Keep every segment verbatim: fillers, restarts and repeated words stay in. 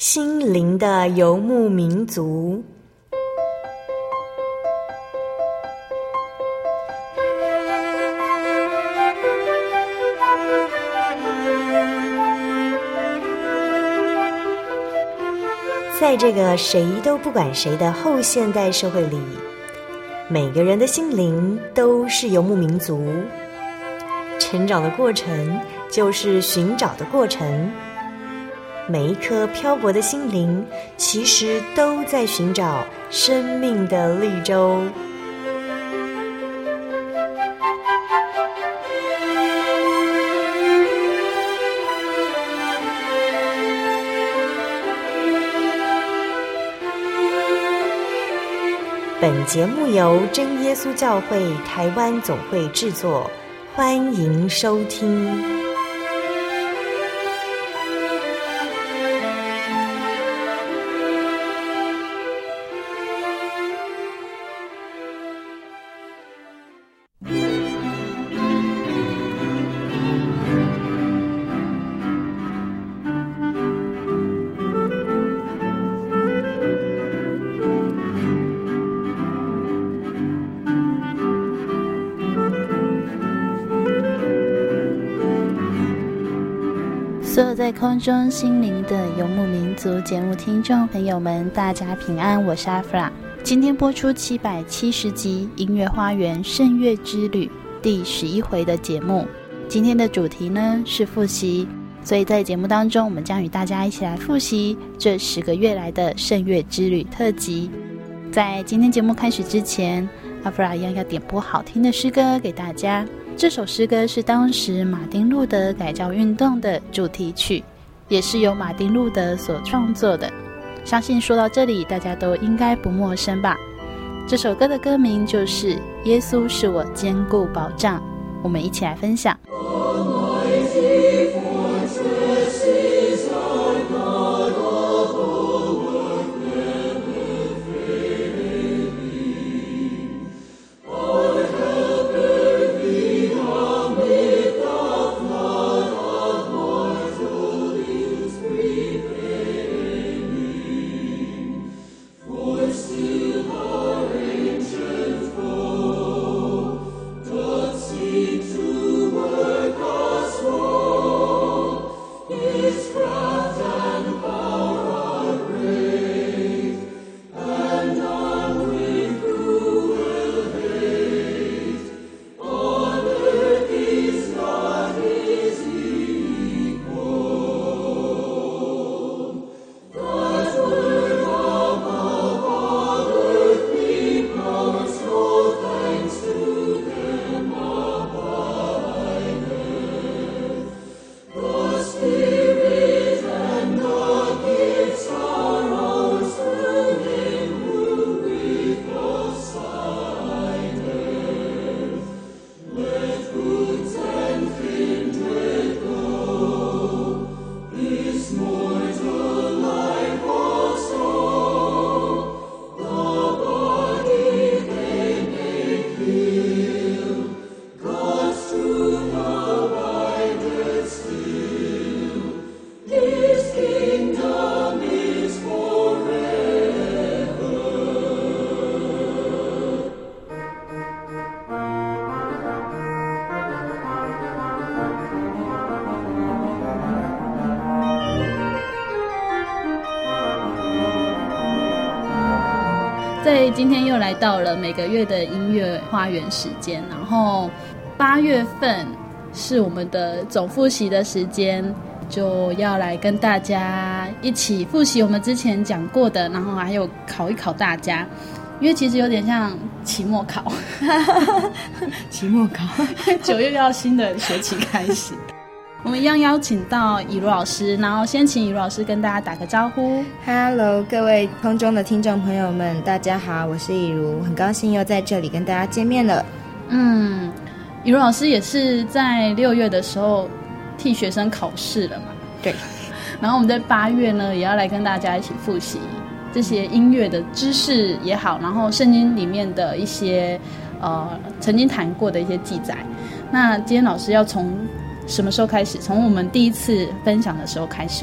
心灵的游牧民族。在这个谁都不管谁的后现代社会里，每个人的心灵都是游牧民族。成长的过程就是寻找的过程，每一颗漂泊的心灵其实都在寻找生命的绿洲。本节目由真耶稣教会台湾总会制作，欢迎收听。 所有在空中心灵的游牧民族节目听众朋友们，大家平安，我是阿弗拉。今天播出七百七十集音乐花园圣乐之旅第十一回的节目。今天的主题呢是复习，所以在节目当中我们将与大家一起来复习这十个月来的圣乐之旅特辑。在今天节目开始之前，阿弗拉一样要点播好听的诗歌给大家。这首诗歌是当时马丁路德改教运动的主题曲，也是由马丁路德所创作的。相信说到这里大家都应该不陌生吧。这首歌的歌名就是《耶稣是我坚固保障》，我们一起来分享。在今天又来到了每个月的音乐花园时间，然后八月份是我们的总复习的时间，就要来跟大家一起复习我们之前讲过的，然后还有考一考大家，因为其实有点像期末考期末考九月要新的学期开始。我们一样邀请到以如老师，然后先请以如老师跟大家打个招呼。 Hello， 各位空中的听众朋友们，大家好，我是以如，很高兴又在这里跟大家见面了。 嗯，以如老师也是在六月的时候替学生考试了嘛？ 对。 然后我们在八月呢，也要来跟大家一起复习这些音乐的知识也好，然后圣经里面的一些呃曾经谈过的一些记载。那今天老师要从什么时候开始？从我们第一次分享的时候开始吗？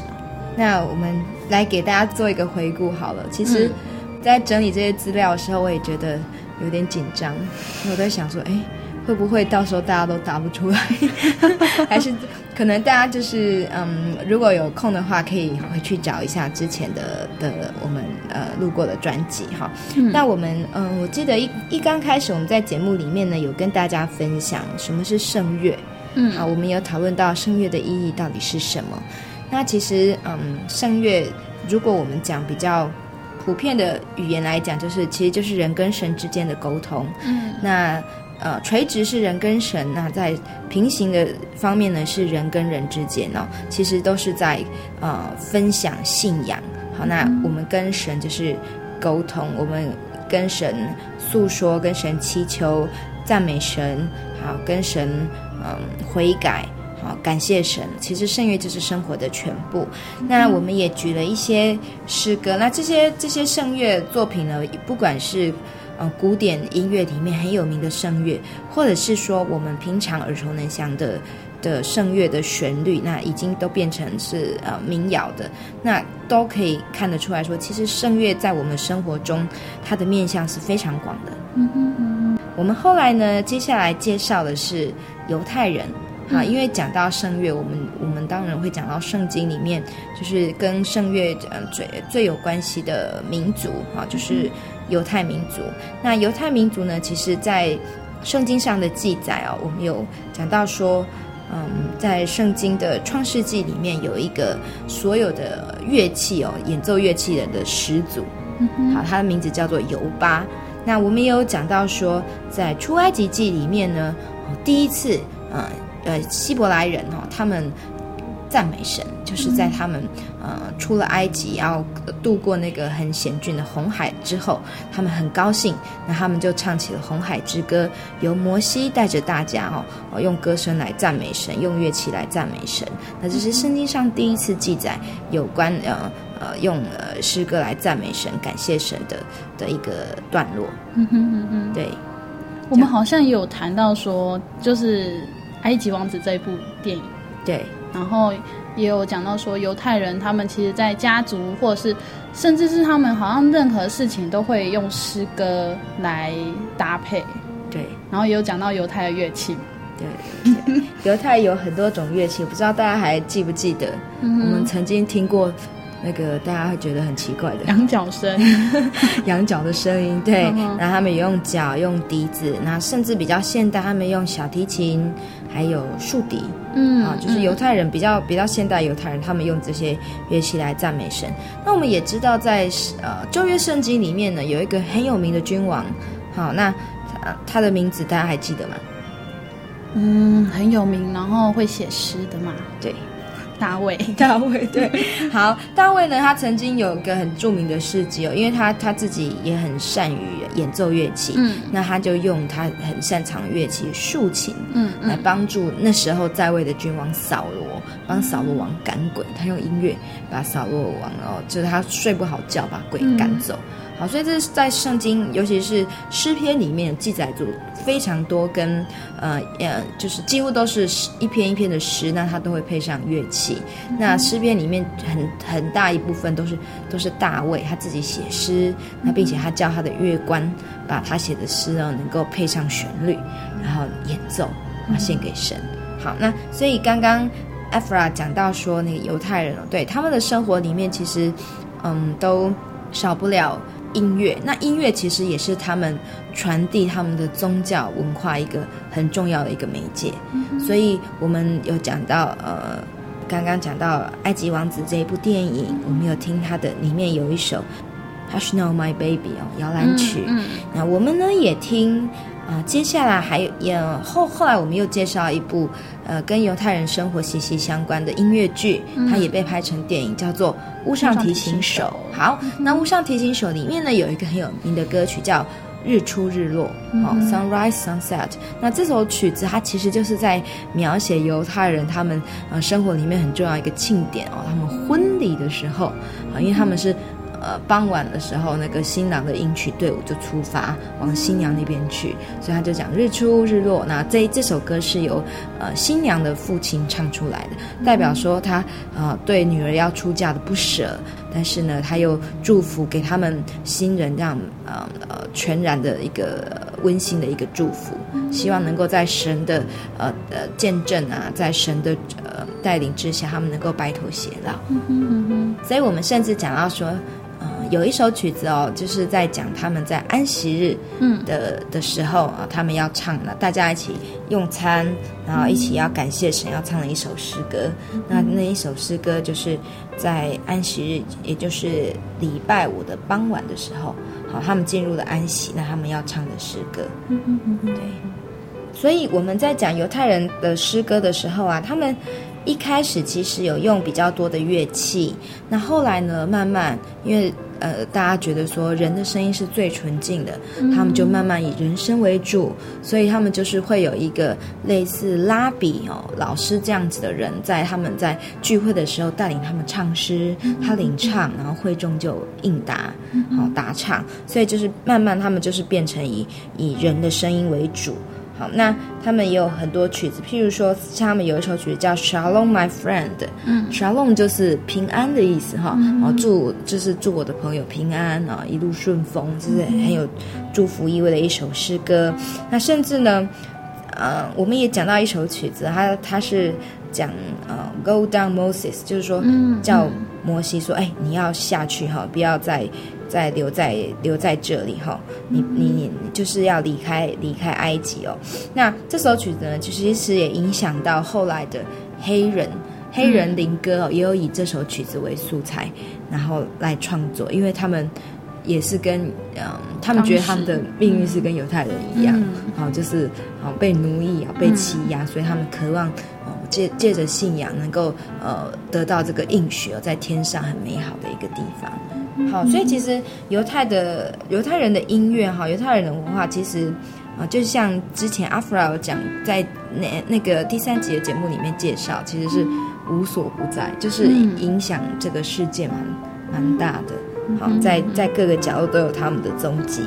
那我们来给大家做一个回顾好了。其实在整理这些资料的时候，我也觉得有点紧张，我在想说，哎，会不会到时候大家都答不出来？还是可能大家就是嗯，如果有空的话，可以回去找一下之前的的我们呃录过的专辑哈。嗯、那我们嗯，我记得一一刚开始我们在节目里面呢，有跟大家分享什么是圣乐。嗯，好，我们有讨论到圣乐的意义到底是什么。那其实嗯，圣乐如果我们讲比较普遍的语言来讲，就是其实就是人跟神之间的沟通。嗯，那呃，垂直是人跟神，那在平行的方面呢，是人跟人之间哦，其实都是在呃分享信仰。好，那我们跟神就是沟通，我们跟神诉说，跟神祈求，赞美神，好，跟神嗯悔改。好，感谢神。其实圣乐就是生活的全部。那我们也举了一些诗歌，那这些这些圣乐作品呢，不管是呃古典音乐里面很有名的圣乐，或者是说我们平常耳熟能详的的圣乐的旋律，那已经都变成是呃民谣的，那都可以看得出来说，其实圣乐在我们生活中它的面向是非常广的。嗯哼嗯，我们后来呢，接下来介绍的是犹太人。啊，因为讲到圣乐，我们我们当然会讲到圣经里面就是跟圣乐呃最最有关系的民族啊，就是犹太民族。那犹太民族呢，其实在圣经上的记载哦，我们有讲到说，嗯，在圣经的创世纪里面有一个所有的乐器哦，演奏乐器人的始祖，好，他的名字叫做犹巴。那我们也有讲到说，在出埃及记里面呢，第一次呃。呃，希伯来人哦，他们赞美神，就是在他们呃出了埃及，要渡过那个很险峻的红海之后，他们很高兴，那他们就唱起了红海之歌，由摩西带着大家哦，哦用歌声来赞美神，用乐器来赞美神。那这是圣经上第一次记载有关呃呃用呃诗歌来赞美神、感谢神的的一个段落。嗯哼嗯哼，对， 我们好像也有谈到说，就是埃及王子这一部电影， 对， 然后也有讲到说犹太人他们其实在家族或者是甚至是他们好像任何事情都会用诗歌来搭配， 对， 然后也有讲到犹太的乐器， 对，对犹太有很多种乐器，不知道大家还记不记得、嗯、我们曾经听过那个大家会觉得很奇怪的羊角声羊角的声音，对、嗯、然后他们也用角用笛子，然后甚至比较现代他们用小提琴还有竖笛，嗯啊，就是犹太人比较比较现代犹太人他们用这些乐器来赞美神。那我们也知道在呃旧约圣经里面呢有一个很有名的君王，好，那、呃、他的名字大家还记得吗？ 嗯，很有名，然后会写诗的嘛， 对， 大卫， 大卫，对，好，大卫呢，他曾经有一个很著名的事迹哦，因为他他自己也很善于演奏乐器，嗯，那他就用他很擅长的乐器竖琴，嗯，来帮助那时候在位的君王扫罗，帮扫罗王赶鬼，他用音乐把扫罗王哦，就是他睡不好觉，把鬼赶走。嗯，好，所以这是在圣经，尤其是诗篇里面记载住非常多跟呃呃，就是几乎都是一篇一篇的诗，那它都会配上乐器。嗯、那诗篇里面很很大一部分都是都是大卫他自己写诗，那并且他叫他的乐官把他写的诗呢能够配上旋律，然后演奏，然后献给神。嗯、好，那所以刚刚 Afra 讲到说那个犹太人，对他们的生活里面其实嗯都少不了音乐，那音乐其实也是他们传递他们的宗教文化一个很重要的一个媒介。嗯、所以我们有讲到呃，刚刚讲到埃及王子这一部电影，我们有听他的里面有一首 Hush Now My Baby 哦，摇篮曲。嗯嗯、那我们呢也听啊、呃，接下来还有也后后来我们又介绍一部呃跟犹太人生活息息相关的音乐剧，嗯、它也被拍成电影，叫做屋上提琴手。好，那屋上提琴手里面呢有一个很有名的歌曲叫日出日落，嗯哦、Sunrise Sunset。 那这首曲子它其实就是在描写犹太人他们呃生活里面很重要一个庆典哦，他们婚礼的时候啊，因为他们是呃傍晚的时候，那个新郎的迎娶队伍就出发往新娘那边去，所以他就讲日出日落。那这这首歌是由呃新娘的父亲唱出来的，代表说他呃对女儿要出嫁的不舍，但是呢他又祝福给他们新人这样呃呃全然的一个温馨的一个祝福，希望能够在神的呃呃见证啊，在神的呃带领之下，他们能够白头偕老。 嗯哼嗯哼， 所以我们甚至讲到说，呃，有一首曲子哦，就是在讲他们在安息日的、嗯、的时候啊，他们要唱了，大家一起用餐，然后一起要感谢神，要唱的一首诗歌。嗯、那那一首诗歌就是在安息日，也就是礼拜五的傍晚的时候，好，他们进入了安息，那他们要唱的诗歌。 嗯嗯嗯， 对。所以我们在讲犹太人的诗歌的时候啊，他们一开始其实有用比较多的乐器，那后来呢，慢慢因为呃大家觉得说人的声音是最纯净的，嗯、他们就慢慢以人声为主，所以他们就是会有一个类似拉比哦老师这样子的人，在他们在聚会的时候带领他们唱诗，他领唱，然后会众就应答，好答唱，所以就是慢慢他们就是变成以以人的声音为主。好，那他们也有很多曲子，譬如说像他们有一首曲子叫 Shalom My Friend， 嗯 Shalom 就是平安的意思哈，嗯、然后祝就是祝我的朋友平安啊，一路顺风，就是很有祝福意味的一首诗歌。那甚至呢，呃，我们也讲到一首曲子，它它是讲呃 Go Down Moses， 就是说叫摩西说，哎，你要下去哈，不要再。再留在留在这里哈，你你你就是要离开离开埃及哦。那这首曲子呢，其实也影响到后来的黑人黑人灵歌哦，也有以这首曲子为素材，然后来创作，因为他们也是跟嗯，他们觉得他们的命运是跟犹太人一样，好、嗯，就是好被奴役啊，被欺压，嗯、所以他们渴望哦借借着信仰能够呃得到这个应许哦，在天上很美好的一个地方。好，所以其实犹太的犹太人的音乐哈，犹太人的文化其实啊、呃，就像之前阿弗拉有讲，在那那个第三集的节目里面介绍，其实是无所不在，就是影响这个世界蛮蛮大的。好，在在各个角落都有他们的踪迹。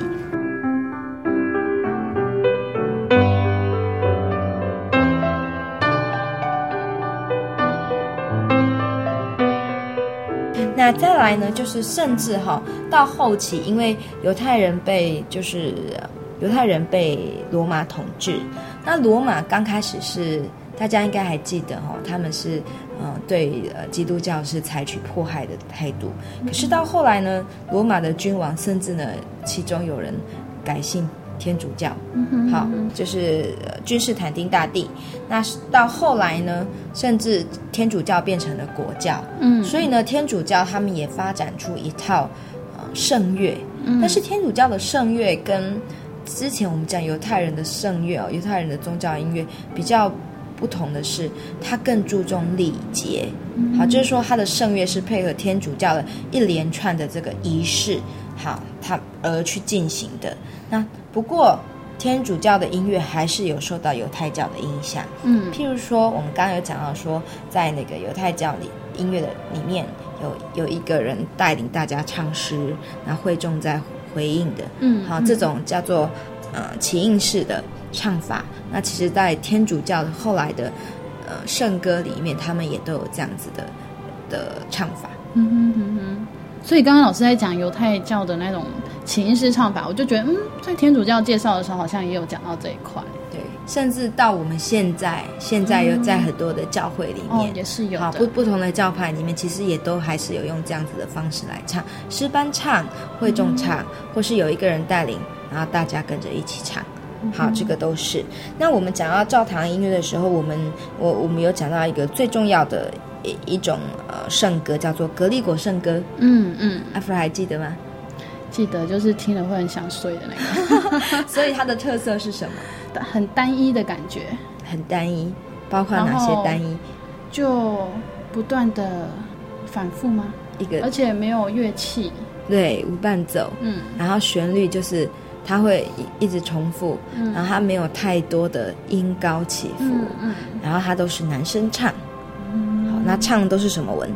那再来呢，就是甚至哈到后期，因为犹太人被就是犹太人被罗马统治，那罗马刚开始是大家应该还记得哈，他们是呃对呃基督教是采取迫害的态度，可是到后来呢，罗马的君王甚至呢，其中有人改信天主教，嗯、好，就是君士坦丁大帝。那到后来呢，甚至天主教变成了国教，嗯，所以呢，天主教他们也发展出一套呃圣乐，嗯，但是天主教的圣乐跟之前我们讲犹太人的圣乐哦，犹太人的宗教音乐比较不同的是，它更注重礼节，嗯、好，就是说它的圣乐是配合天主教的一连串的这个仪式，好，它而去进行的。那不过天主教的音乐还是有受到犹太教的影响，嗯，譬如说我们刚刚有讲到说，在那个犹太教里音乐的里面有有一个人带领大家唱诗，然后会众在回应的，嗯，好，这种叫做呃起应式的唱法。那其实在天主教的后来的呃圣歌里面，他们也都有这样子的的唱法。 嗯哼哼哼。所以刚刚老师在讲犹太教的那种起因式唱法，我就觉得嗯，在天主教介绍的时候好像也有讲到这一块。 对，甚至到我们现在现在有在很多的教会里面、 嗯哦、也是有的， 好，不不同的教派里面其实也都还是有用这样子的方式来唱，诗班唱、会众唱、嗯、或是有一个人带领，然后大家跟着一起唱。好，这个都是。那我们讲到教堂音乐的时候，我们我我们有讲到一个最重要的一一种呃圣歌，叫做格利果圣歌。嗯嗯，阿弗拉还记得吗？ 记得，就是听了会很想睡的那个。 所以它的特色是什么？ 很单一的感觉。 很单一，包括哪些单一？ 就不断的反复吗？ 一个， 而且没有乐器。 对，无伴奏。嗯，然后旋律就是它会一直重复，嗯、然后它没有太多的音高起伏，嗯嗯、然后它都是男生唱。嗯、好，那唱都是什么文？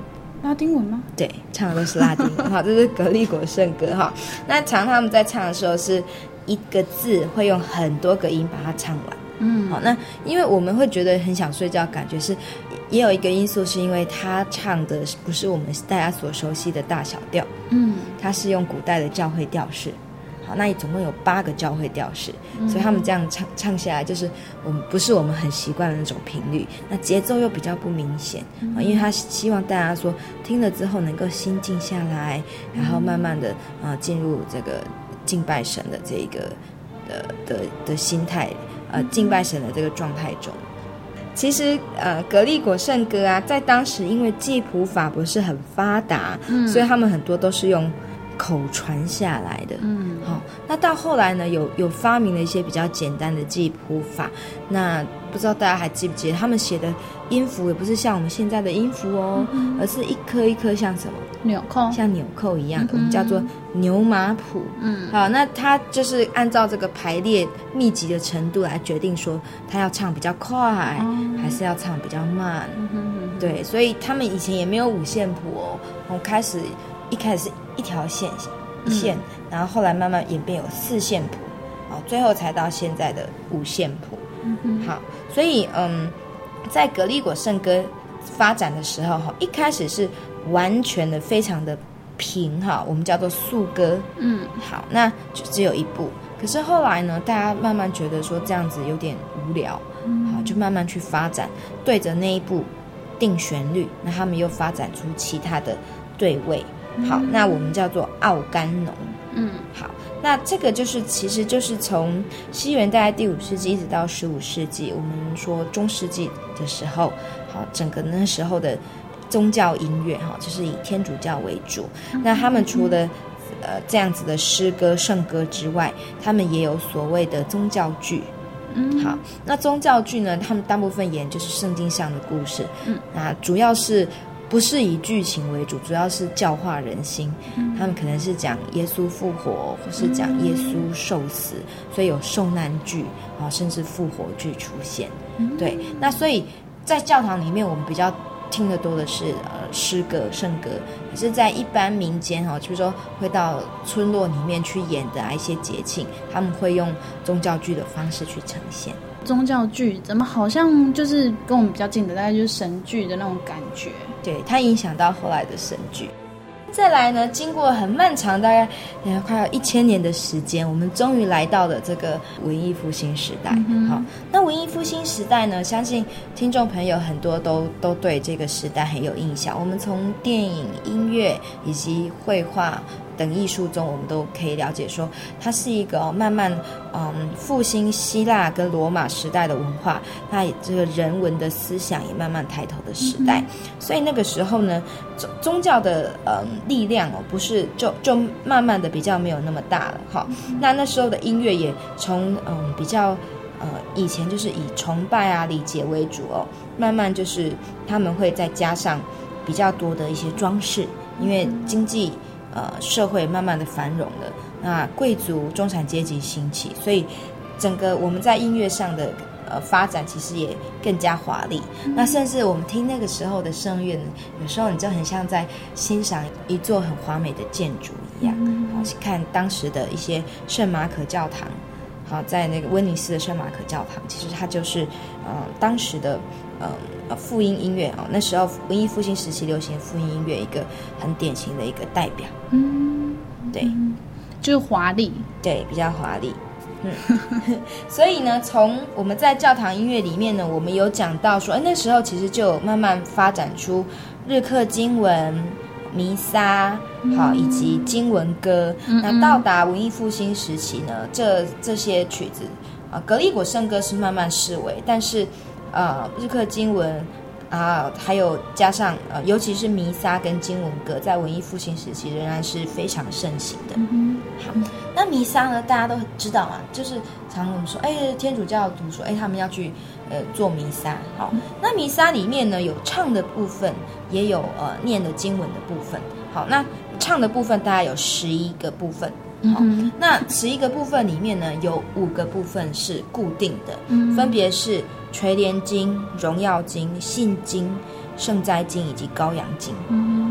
拉丁文吗？ 对，唱的都是拉丁文哈，这是格利果圣歌哈。那常他们在唱的时候是一个字会用很多个音把它唱完。嗯，好，那因为我们会觉得很想睡觉，感觉是也有一个因素，是因为他唱的不是我们大家所熟悉的大小调，嗯，他是用古代的教会调式。好，那总共有八个教会调式，嗯，所以他们这样唱唱下来，就是我们不是我们很习惯的那种频率，那节奏又比较不明显，嗯，因为他希望大家说听了之后能够心静下来，然后慢慢的呃进入这个敬拜神的这个的的的心态。呃，敬拜神的这个状态中，其实呃，格利果圣歌啊，在当时因为记谱法不是很发达，嗯，所以他们很多都是用口传下来的，嗯，好，哦，那到后来呢，有有发明了一些比较简单的记谱法，那不知道大家还记不记得，他们写的音符也不是像我们现在的音符哦，嗯，而是一颗一颗像什么纽扣， 像纽扣一样的，嗯，我们叫做牛马谱。嗯，好，那它就是按照这个排列密集的程度来决定说，他要唱比较快，哦，还是要唱比较慢。嗯哼哼哼，对，所以他们以前也没有五线谱哦，我开始一开始是一条线一线，嗯，然后后来慢慢演变有四线谱，哦，最后才到现在的五线谱。嗯哼，好，所以嗯，在格利果圣歌发展的时候，一开始是完全的非常的平哈，我们叫做素歌。嗯，好，那就只有一部。可是后来呢，大家慢慢觉得说这样子有点无聊，嗯，好，就慢慢去发展，对着那一部定旋律，那他们又发展出其他的对位。好，那我们叫做奥甘农。嗯，好，那这个就是其实就是从西元大概第五世纪一直到十五世纪，我们说中世纪的时候，好，整个那时候的宗教音乐哈，就是以天主教为主。嗯，那他们除了呃这样子的诗歌圣歌之外，他们也有所谓的宗教剧。嗯，好，那宗教剧呢，他们大部分演就是圣经上的故事。嗯，那主要是不是以剧情为主，主要是教化人心。嗯，他们可能是讲耶稣复活，或是讲耶稣受死，嗯，所以有受难剧啊，甚至复活剧出现。嗯，对，那所以在教堂里面，我们比较听得多的是呃诗歌圣歌，可是在一般民间哈，就是说会到村落里面去演的啊一些节庆，他们会用宗教剧的方式去呈现。 宗教剧怎么好像就是跟我们比较近的，大概就是神剧的那种感觉。 对，它影响到后来的神剧。再来呢，经过很漫长大概呃快要一千年的时间，我们终于来到了这个文艺复兴时代。嗯，好，那文艺复兴时代呢，相信听众朋友很多都都对这个时代很有印象。我们从电影、音乐以及绘画等艺术中，我们都可以了解说，它是一个，哦，慢慢嗯复兴希腊跟罗马时代的文化，那这个人文的思想也慢慢抬头的时代。嗯，所以那个时候呢，宗宗教的嗯力量哦，不是就就慢慢的比较没有那么大了哈。嗯，那那时候的音乐也从嗯比较呃以前就是以崇拜啊礼节为主哦，慢慢就是他们会再加上比较多的一些装饰，因为经济呃社会慢慢的繁荣了，那贵族中产阶级兴起，所以整个我们在音乐上的呃发展其实也更加华丽。嗯，那甚至我们听那个时候的圣乐呢，有时候你就很像在欣赏一座很华美的建筑一样。嗯，好，看当时的一些圣马可教堂，好，在那个威尼斯的圣马可教堂，其实它就是呃当时的呃复音音乐啊，那时候文艺复兴时期流行的复音音乐一个很典型的一个代表。嗯，对， 就是华丽， 对，比较华丽。嗯，所以呢，从我们在教堂音乐里面呢，我们有讲到说，哎，那时候其实就有慢慢发展出日课经文、弥撒，好，以及经文歌。嗯，那到达文艺复兴时期呢，这这些曲子啊，格利果圣歌是慢慢式微，但是呃，日课经文啊，还有加上呃，尤其是弥撒跟经文歌，在文艺复兴时期仍然是非常盛行的。嗯，好，那弥撒呢，大家都知道嘛，就是常常我们说，哎，天主教徒说，哎，他们要去呃做弥撒。好，那弥撒里面呢，有唱的部分，也有呃念的经文的部分。好，那唱的部分大概有十一个部分。好，嗯，那十一个部分里面呢，有五个部分是固定的，嗯，分别是垂帘经、荣耀经、信经、圣哉经以及羔羊经。嗯，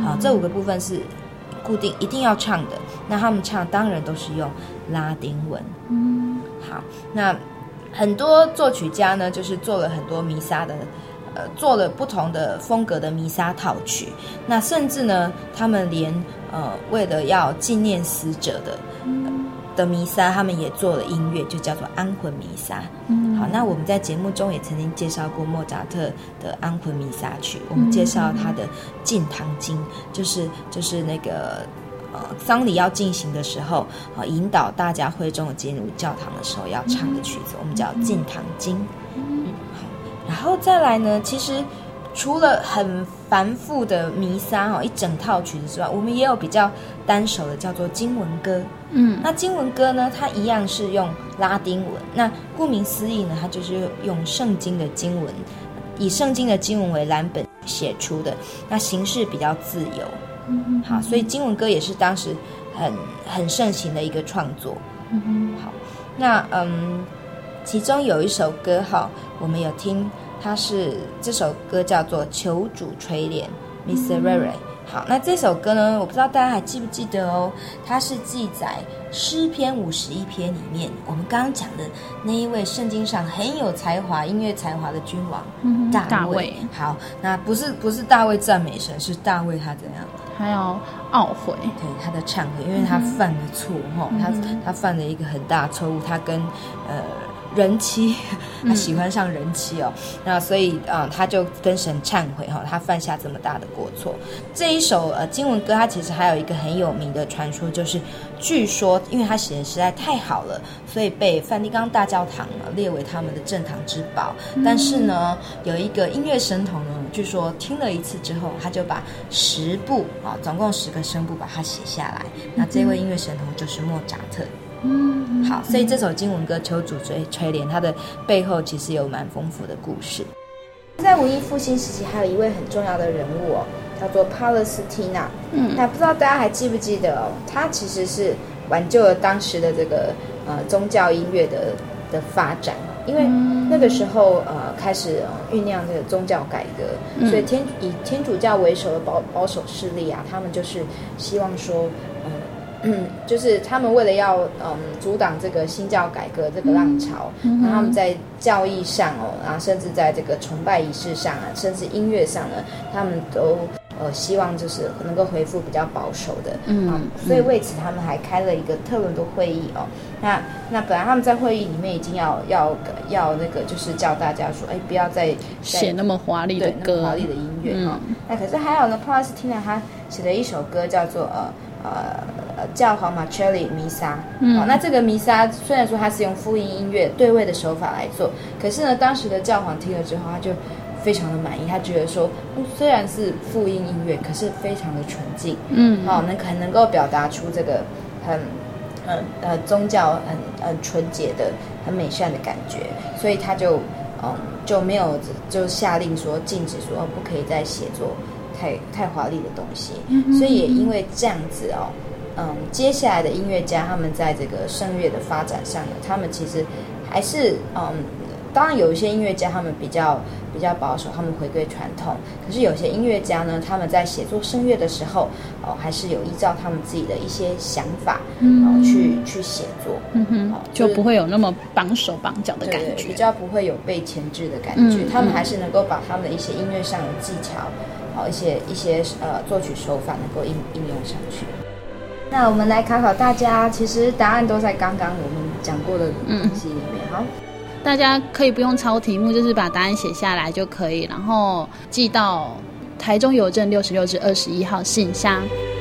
好，这五个部分是固定一定要唱的。那他们唱当然都是用拉丁文。 嗯， 好，那很多作曲家呢，就是做了很多弥撒的。呃，做了不同的风格的弥撒套曲，那甚至呢，他们连呃为了要纪念死者的、呃、的弥撒，他们也做了音乐，就叫做安魂弥撒。嗯，好，那我们在节目中也曾经介绍过莫扎特的安魂弥撒曲，我们介绍他的进堂经，就是就是那个呃丧礼要进行的时候，呃引导大家会众进入教堂的时候要唱的曲子，我们叫进堂经。然后再来呢，其实除了很繁复的弥撒哦，一整套曲子之外，我们也有比较单首的，叫做经文歌。嗯，那经文歌呢，它一样是用拉丁文。那顾名思义呢，它就是用圣经的经文，以圣经的经文为蓝本写出的。那形式比较自由。嗯，好，所以经文歌也是当时很很盛行的一个创作。嗯，好，那嗯。其中有一首歌哈，我们有听，它是这首歌叫做《求主垂怜》 Miserere。好，那这首歌呢，我不知道大家还记不记得哦，它是记载诗篇五十一篇里面我们刚刚讲的那一位圣经上很有才华、音乐才华的君王、嗯、大卫。 大卫好，那不是不是大卫赞美神，是大卫他怎样？ 还有懊悔， 对他的忏悔，因为他犯了错哈、嗯，他他犯了一个很大错误，他跟呃。人妻，他喜欢上人妻哦，嗯、那所以啊、呃，他就跟神忏悔哈、哦，他犯下这么大的过错。这一首呃经文歌，它其实还有一个很有名的传说，就是据说因为他写的实在太好了，所以被梵蒂冈大教堂呢列为他们的镇堂之宝。嗯、但是呢，有一个音乐神童呢，据说听了一次之后，他就把十部啊、哦，总共十个声部把它写下来。那这位音乐神童就是莫扎特。嗯，好，所以这首经文歌《求主垂垂怜》，它的背后其实有蛮丰富的故事。在文艺复兴时期，还有一位很重要的人物哦，叫做帕勒斯蒂娜。嗯，那不知道大家还记不记得哦？他其实是挽救了当时的这个呃宗教音乐的的发展，因为那个时候呃开始酝酿这个宗教改革，嗯、所以天以天主教为首的保保守势力啊，他们就是希望说。嗯，就是他们为了要嗯阻挡这个新教改革这个浪潮，嗯、然后他们在教义上哦，然后甚至在这个崇拜仪式上啊，甚至音乐上呢，他们都呃希望就是能够恢复比较保守的，嗯，嗯所以为此他们还开了一个特伦多会议哦。那那本来他们在会议里面已经要要要那个就是叫大家说，哎，不要再写那么华丽的歌， 那么华丽的音乐啊、嗯哦。那可是还有呢，帕勒斯蒂娜他写了一首歌叫做呃呃。教皇马切里弥撒，嗯、哦，那这个弥撒虽然说它是用复音音乐对位的手法来做，可是呢，当时的教皇听了之后，他就非常的满意，他觉得说，嗯、虽然是复音音乐，可是非常的纯净，嗯，哦，能很能够表达出这个很很呃宗教很很纯洁的、很美善的感觉，所以他就嗯就没有就下令说禁止说不可以再写作太太华丽的东西，嗯、所以也因为这样子哦。嗯，接下来的音乐家他们在这个声乐的发展上呢，他们其实还是嗯，当然有一些音乐家他们比较比较保守，他们回归传统。可是有些音乐家呢，他们在写作声乐的时候，哦，还是有依照他们自己的一些想法，嗯，然后去去写作，嗯哼，哦就是、 就不会有那么绑手绑脚的感觉， 对对比较不会有被钳制的感觉。嗯、他们还是能够把他们的一些音乐上的技巧，哦，一些一些呃作曲手法能够应应用上去。那我们来考考大家，其实答案都在刚刚我们讲过的东西里面。嗯、好， 大家可以不用抄题目，就是把答案写下来就可以，然后寄到台中邮政六十六至二十一号信箱。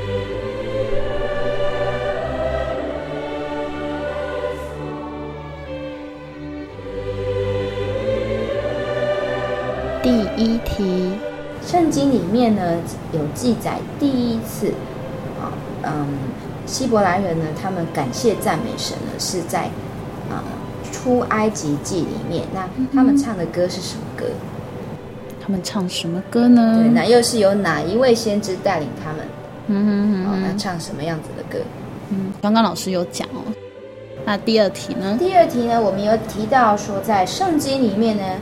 第一题， 圣经里面呢有记载第一次。嗯，希伯来人呢，他们感谢赞美神呢，是在啊、嗯、出埃及记里面。那他们唱的歌是什么歌？ 他们唱什么歌呢？ 对，那又是由哪一位先知带领他们？ 嗯哼哼哼， 哦，那唱什么样子的歌？ 嗯，刚刚老师有讲哦。那第二题呢？ 第二题呢，我们有提到说，在圣经里面呢，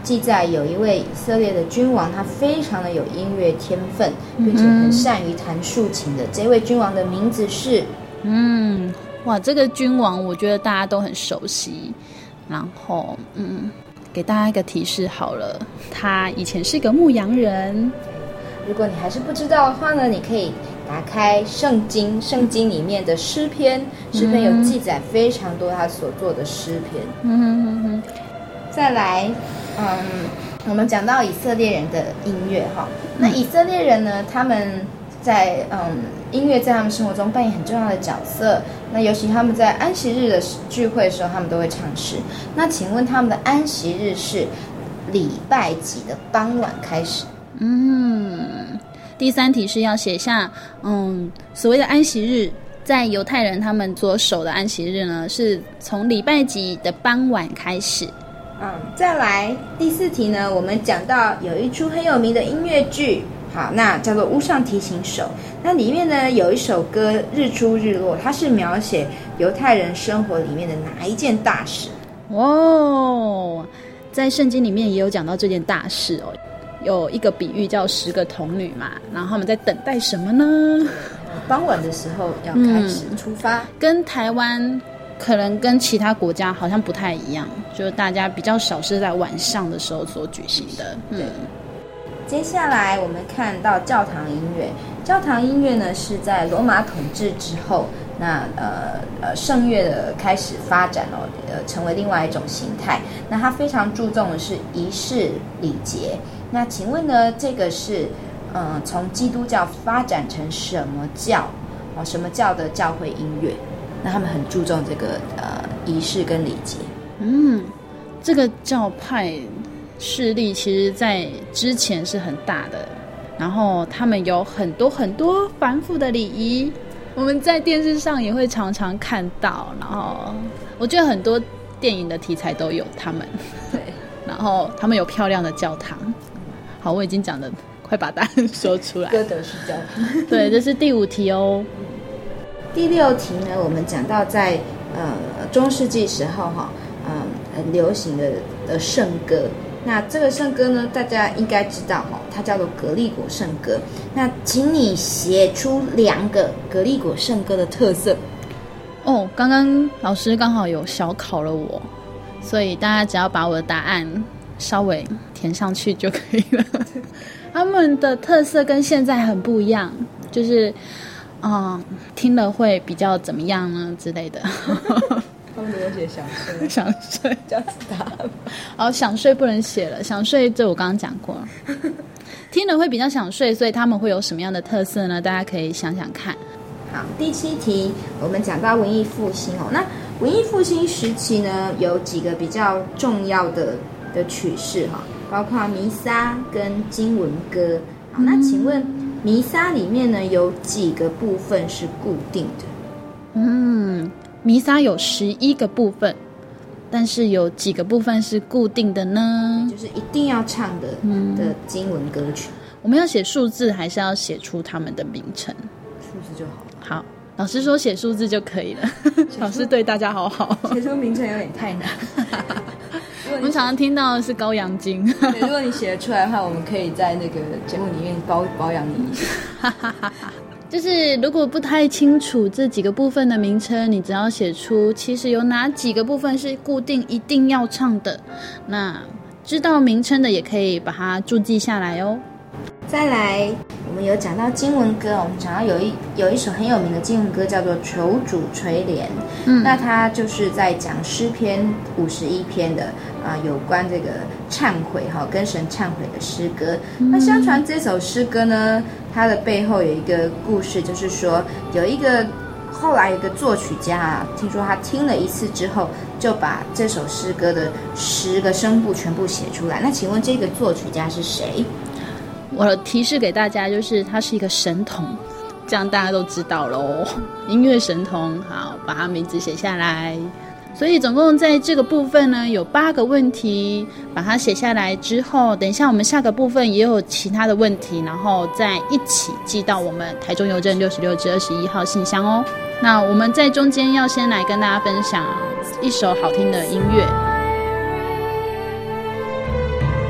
记载有一位以色列的君王，他非常的有音乐天分，并且很善于弹竖琴的。这位君王的名字是…… 嗯，哇，这个君王我觉得大家都很熟悉。然后，嗯，给大家一个提示好了，他以前是个牧羊人。 如果你还是不知道的话呢，你可以打开圣经，圣经里面的诗篇，诗篇有记载非常多他所做的诗篇。 嗯哼哼哼。 再来，嗯，我们讲到以色列人的音乐哈，那以色列人呢，他们在嗯音乐在他们生活中扮演很重要的角色。那尤其他们在安息日的聚会的时候，他们都会唱诗。那请问他们的安息日是礼拜几的傍晚开始？ 嗯，第三题是要写下，嗯，所谓的安息日，在犹太人他们所守的安息日呢，是从礼拜几的傍晚开始。 嗯，再来第四题呢，我们讲到有一出很有名的音乐剧，好，那叫做《屋上提琴手》。那里面呢有一首歌《日出日落》，它是描写犹太人生活里面的哪一件大事？ 哦，在圣经里面也有讲到这件大事哦。有一个比喻叫十个童女嘛，然后他们在等待什么呢？ 傍晚的时候要开始出发， 嗯、跟台湾可能跟其他国家好像不太一样，就是大家比较少是在晚上的时候所举行的。 对。嗯、接下来我们看到教堂音乐，教堂音乐呢是在罗马统治之后，那呃呃圣乐的开始发展哦，呃成为另外一种形态。那它非常注重的是仪式礼节。那请问呢，这个是呃从基督教发展成什么教？哦，什么教的教会音乐？那他们很注重这个呃仪式跟礼节。 嗯，这个教派势力其实在之前是很大的，然后他们有很多很多繁复的礼仪，我们在电视上也会常常看到，然后我觉得很多电影的题材都有他们。 对， 然后他们有漂亮的教堂。好，我已经讲的快把答案说出来。 哥德式教堂。 对，这是第五题哦。 第六题呢，我们讲到在呃中世纪时候哈，嗯、呃，很流行的的圣歌。那这个圣歌呢，大家应该知道哈，它叫做格利果圣歌。那请你写出两个格利果圣歌的特色。 哦，刚刚老师刚好有小考了我，所以大家只要把我的答案稍微填上去就可以了。他们的特色跟现在很不一样，就是嗯，听了会比较怎么样呢之类的。 他们都写想睡， 想睡这样子答案。 哦，想睡不能写了，想睡这我刚刚讲过了。听了会比较想睡，所以他们会有什么样的特色呢？大家可以想想看。 好，第七题我们讲到文艺复兴哦，那文艺复兴时期呢，有几个比较重要的的曲式哈，包括弥撒跟经文歌。好，那请问弥撒里面呢有几个部分是固定的？ 嗯，弥撒有十一个部分，但是有几个部分是固定的呢？ 就是一定要唱的、嗯、的经文歌曲。 我们要写数字，还是要写出他们的名称？ 数字就好了。 好，老师说写数字就可以了。老师对大家好好。 写出名称有点太难。 我们常常听到的是高阳经。 对，如果你写得出来的话，我们可以在那个节目里面包包养你一下。 就是如果不太清楚这几个部分的名称，你只要写出其实有哪几个部分是固定一定要唱的，那知道名称的也可以把它注记下来哦。 再来，我们有讲到经文歌，我们讲到有一有一首很有名的经文歌叫做《求主垂怜》，嗯，那它就是在讲诗篇五十一篇的啊、呃，有关这个忏悔哈，跟神忏悔的诗歌。嗯、那相传这首诗歌呢，它的背后有一个故事，就是说有一个后来有一个作曲家啊，听说他听了一次之后，就把这首诗歌的十个声部全部写出来。那请问这个作曲家是谁？ 我的提示给大家就是他是一个神童，这样大家都知道咯。音乐神童，好，把他名字写下来。所以总共在这个部分呢有八个问题，把它写下来之后，等一下我们下个部分也有其他的问题，然后再一起寄到我们台中邮政六十六至二十一号信箱哦。那我们在中间要先来跟大家分享一首好听的音乐。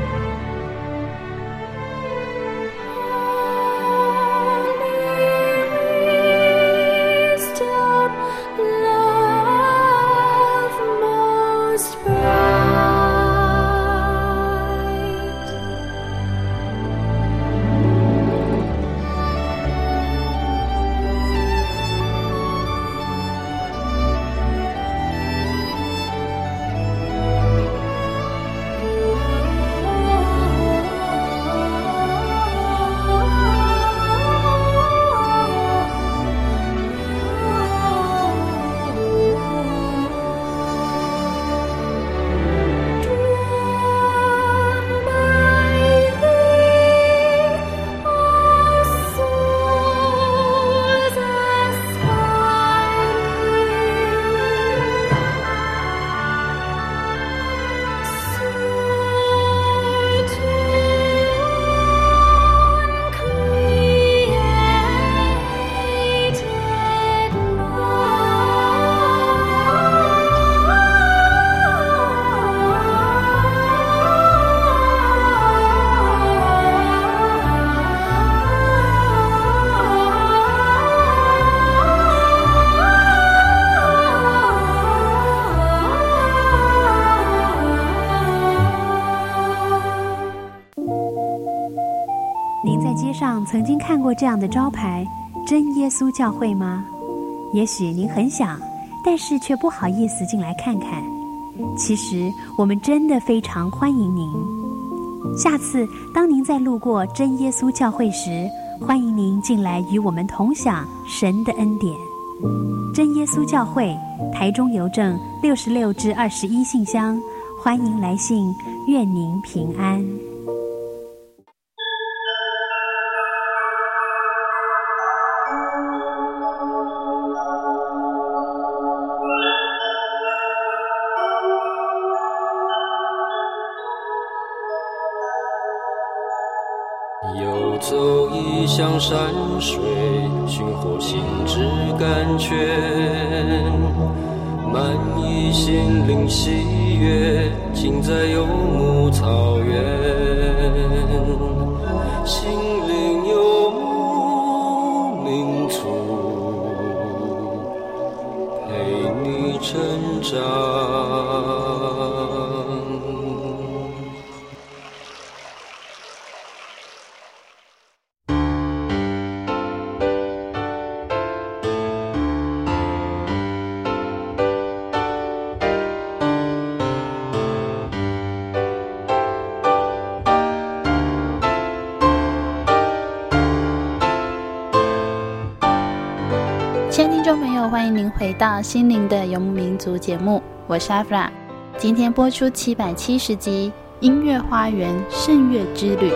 看过这样的招牌真耶稣教会吗？也许您很想，但是却不好意思进来看看。其实我们真的非常欢迎您。下次当您在路过真耶稣教会时，欢迎您进来与我们同享神的恩典。真耶稣教会，台中邮政六十六至二十一信箱，欢迎来信，愿您平安。 游走异乡山水，寻获心之甘泉，满溢心灵喜悦，尽在游牧草原。心灵游牧民族，陪你成长。 亲爱的听众朋友，欢迎您回到心灵的游牧民族节目，我是阿弗拉。今天播出七百七十集音乐花园圣乐之旅。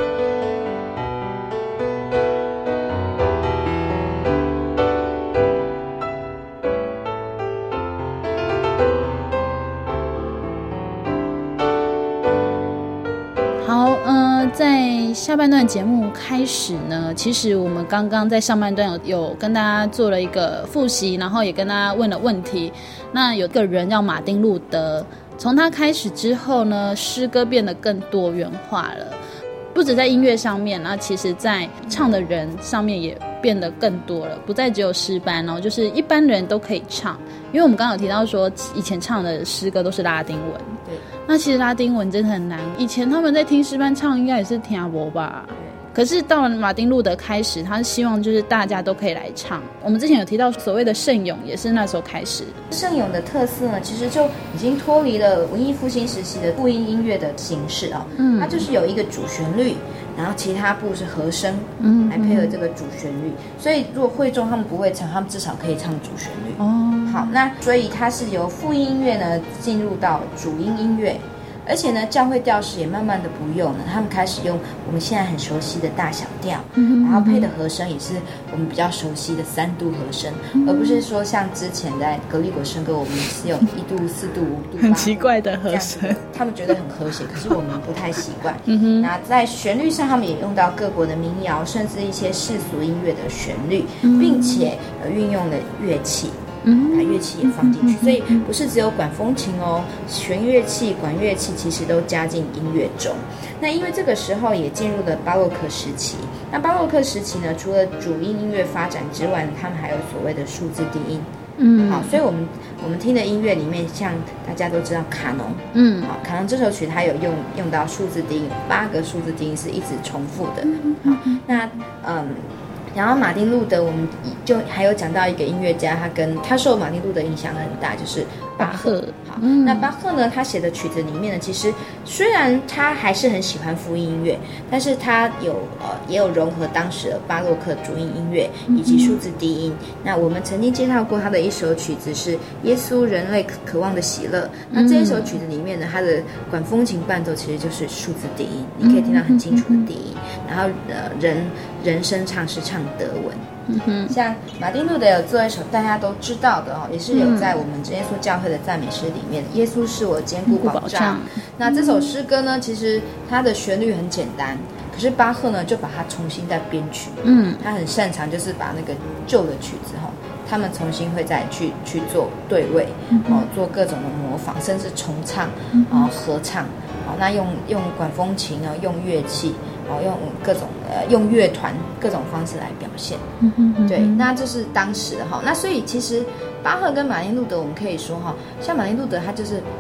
好，呃，在下半段节目开始呢，其实我们刚刚在上半段有有跟大家做了一个复习，然后也跟大家问了问题。那有个人叫马丁路德，从他开始之后呢，诗歌变得更多元化了，不止在音乐上面，那其实在唱的人上面也变得更多了，不再只有诗班哦，就是一般人都可以唱。因为我们刚刚有提到说，以前唱的诗歌都是拉丁文， 对， 那其实拉丁文真的很难。以前他们在听诗班唱，应该也是听不吧？可是到了马丁路德开始，他希望就是大家都可以来唱。我们之前有提到所谓的圣咏，也是那时候开始。 圣咏的特色呢，其实就已经脱离了文艺复兴时期的复音音乐的形式啊、哦，嗯，它就是有一个主旋律，然后其他部是和声，嗯，来配合这个主旋律。所以如果会众他们不会唱，他们至少可以唱主旋律。哦，好，那所以它是由复音音乐呢进入到主音音乐。而且呢，教会调式也慢慢的不用了，他们开始用我们现在很熟悉的大小调，嗯、然后配的和声也是我们比较熟悉的三度和声，嗯、而不是说像之前在格里果圣歌我们是有一度、四度、五度、 很奇怪的和声， 他们觉得很和谐，可是我们不太习惯。嗯、那在旋律上，他们也用到各国的民谣，甚至一些世俗音乐的旋律，嗯、并且呃运用了乐器。把乐器也放进去，所以不是只有管风琴哦，弦乐器、管乐器其实都加进音乐中。那因为这个时候也进入了巴洛克时期，那巴洛克时期呢，除了主音音乐发展之外呢，他们还有所谓的数字低音。嗯，好，所以我们我们听的音乐里面，像大家都知道卡农，嗯，好，卡农这首曲它有用用到数字低音，八个数字低音是一直重复的。好，那嗯。然后马丁路德，我们就还有讲到一个音乐家，他跟他受马丁路德影响很大，就是巴赫。好，嗯、那巴赫呢，他写的曲子里面呢，其实虽然他还是很喜欢复音音乐，但是他有呃也有融合当时的巴洛克主音音乐以及数字低音。嗯、那我们曾经介绍过他的一首曲子是《耶稣人类渴望的喜乐》。那这一首曲子里面呢，他的管风琴伴奏其实就是数字低音，你可以听到很清楚的低音。然后呃人人声唱是唱德文。嗯哼，像马丁路德有做一首大家都知道的哦，也是有在我们真耶稣教会的赞美诗里面，耶稣是我坚固保障。那这首诗歌呢，其实它的旋律很简单，可是巴赫呢就把它重新再编曲。嗯，他很擅长就是把那个旧的曲子哈、哦，他们重新会再去去做对位，哦，做各种的模仿，甚至重唱，然后合唱，哦，那用用管风琴啊，用乐器。哦，用各种呃，用乐团各种方式来表现，嗯哼嗯哼对，那这是当时的哈。那所以其实巴赫跟马丁路德，我们可以说哈，像马丁路德他就是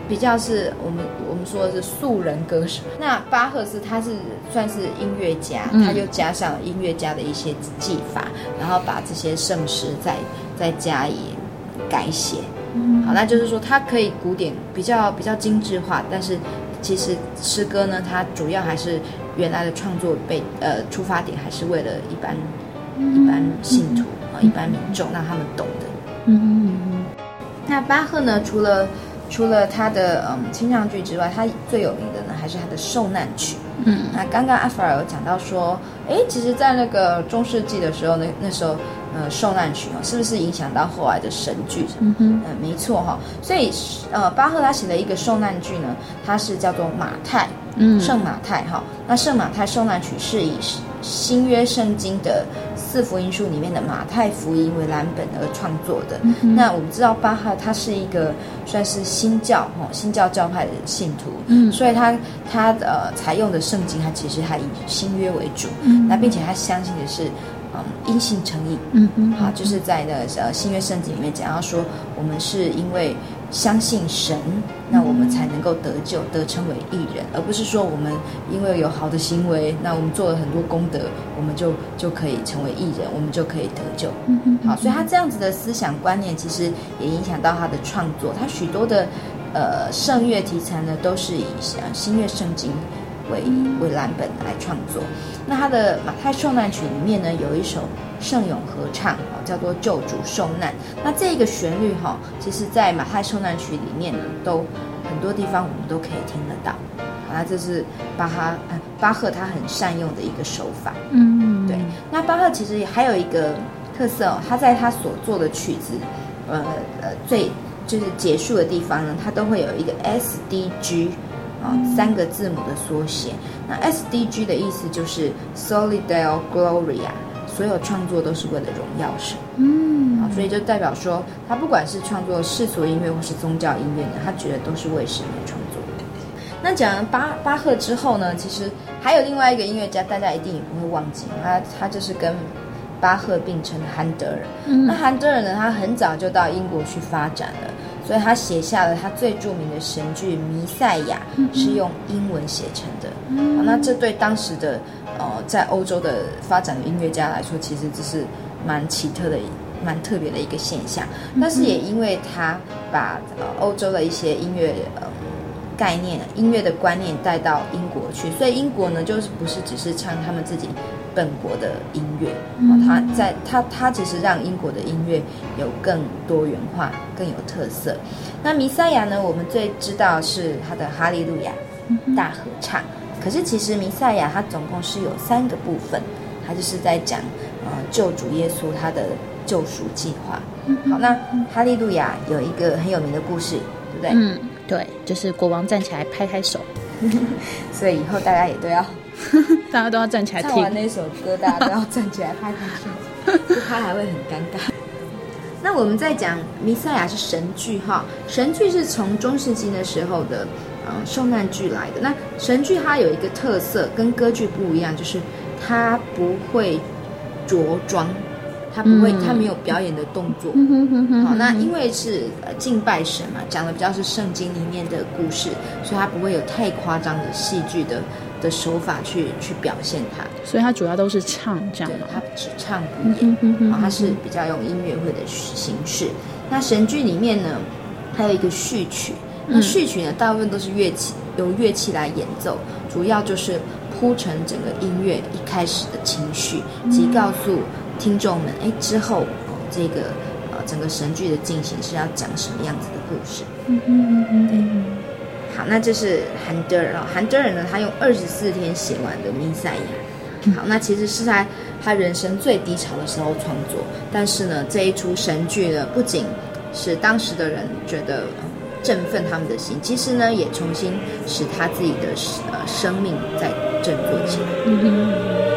比较是我们我们说的是素人歌手。那巴赫是他是算是音乐家， 嗯、 他就加上音乐家的一些技法，然后把这些圣诗再再加以改写。嗯、好，那就是说他可以古典比较比较精致化，但是其实诗歌呢，它主要还是原来的创作被呃出发点还是为了一般、嗯、一般信徒啊、嗯、一般民众让他们懂的。 嗯嗯嗯。 那巴赫呢，除了除了他的嗯清唱剧之外，他最有名的呢还是他的受难曲。嗯，那刚刚阿法尔有讲到说，哎，其实，在那个中世纪的时候，那那时候，呃，受难曲哦，是不是影响到后来的神剧？嗯哼，嗯，没错哈、哦。所以，呃，巴赫他写了一个受难剧呢，它是叫做马太，嗯，圣马太哈、哦。那圣马太受难曲是以新约圣经的四福音书里面的马太福音为蓝本而创作的。嗯、那我们知道巴赫他是一个算是新教哈、哦、新教教派的信徒，嗯，所以他他呃采用的圣经，他其实还以新约为主，嗯，那并且他相信的是。嗯，因信称义，嗯嗯，好，就是在的呃新约圣经里面讲到说，我们是因为相信神，那我们才能够得救，得称为义人，而不是说我们因为有好的行为，那我们做了很多功德，我们就就可以成为义人，我们就可以得救。嗯嗯，好，所以他这样子的思想观念，其实也影响到他的创作，他许多的呃圣乐题材呢，都是以呃新约圣经为为蓝本来创作。那他的马太受难曲里面呢，有一首圣咏合唱，叫做救主受难。那这个旋律哈，其实在马太受难曲里面都很多地方我们都可以听得到。好，那这是巴哈呃巴赫他很善用的一个手法。嗯，对。那巴赫其实还有一个特色哦，他在他所做的曲子，呃呃最就是结束的地方呢，他都会有一个 S D G。啊、哦，三个字母的缩写。那 S D G 的意思就是 Soli Deo Gloria， 所有创作都是为了荣耀神。嗯，好，所以就代表说，他不管是创作世俗音乐或是宗教音乐呢，他觉得都是为神而创作的。那讲完巴巴赫之后呢，其实还有另外一个音乐家，大家一定也不会忘记，他他就是跟巴赫并称韩德尔。嗯、那韩德尔呢，他很早就到英国去发展了。所以他写下了他最著名的神剧《弥赛亚》，是用英文写成的。嗯、好，那这对当时的呃在欧洲的发展的音乐家来说，其实这是蛮奇特的、蛮特别的一个现象。但是也因为他把呃欧洲的一些音乐呃概念、音乐的观念带到英国去，所以英国呢就是不是只是唱他们自己本国的音乐，嗯、他在他他其实让英国的音乐有更多元化、更有特色。那弥赛亚呢，我们最知道是他的哈利路亚大合唱，可是其实弥赛亚它总共是有三个部分，它就是在讲呃救主耶稣他的救赎计划。好，那哈利路亚有一个很有名的故事，对不对？ 嗯，对，就是国王站起来拍拍手， 所以以后大家也都要。 大家都要站起来听， 唱完那首歌，大家都要站起来拍拍手，不拍还会很尴尬。那我们在讲弥赛亚是神剧哈，神剧是从中世纪的时候的嗯受难剧来的。那神剧它有一个特色，跟歌剧不一样，就是它不会着装，它不会，它没有表演的动作。嗯、好，那因为是呃敬拜神嘛，讲的比较是圣经里面的故事，所以它不会有太夸张的戏剧的。的手法去去表现它， 所以它主要都是唱这样嘛， 它只唱不演，嗯嗯、它是比较用音乐会的形式。那神剧里面呢，还有一个序曲，那序曲呢，大部分都是乐器由乐器来演奏，主要就是铺陈整个音乐一开始的情绪，及告诉听众们，哎，之后哦这个呃整个神剧的进行是要讲什么样子的故事。嗯嗯嗯对。好，那这是韩德尔哦。韩德尔呢，他用二十四天写完的《弥赛亚》。好，那其实是在他人生最低潮的时候创作，但是呢，这一出神剧呢，不仅使当时的人觉得、呃、振奋他们的心，其实呢，也重新使他自己的呃生命再振作起来。嗯嗯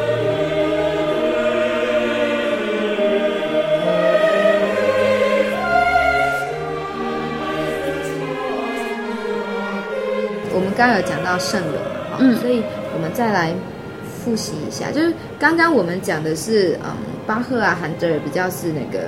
我们刚刚有讲到圣咏嘛，嗯，所以我们再来复习一下，就是刚刚我们讲的是，嗯，巴赫啊、韩德尔比较是那个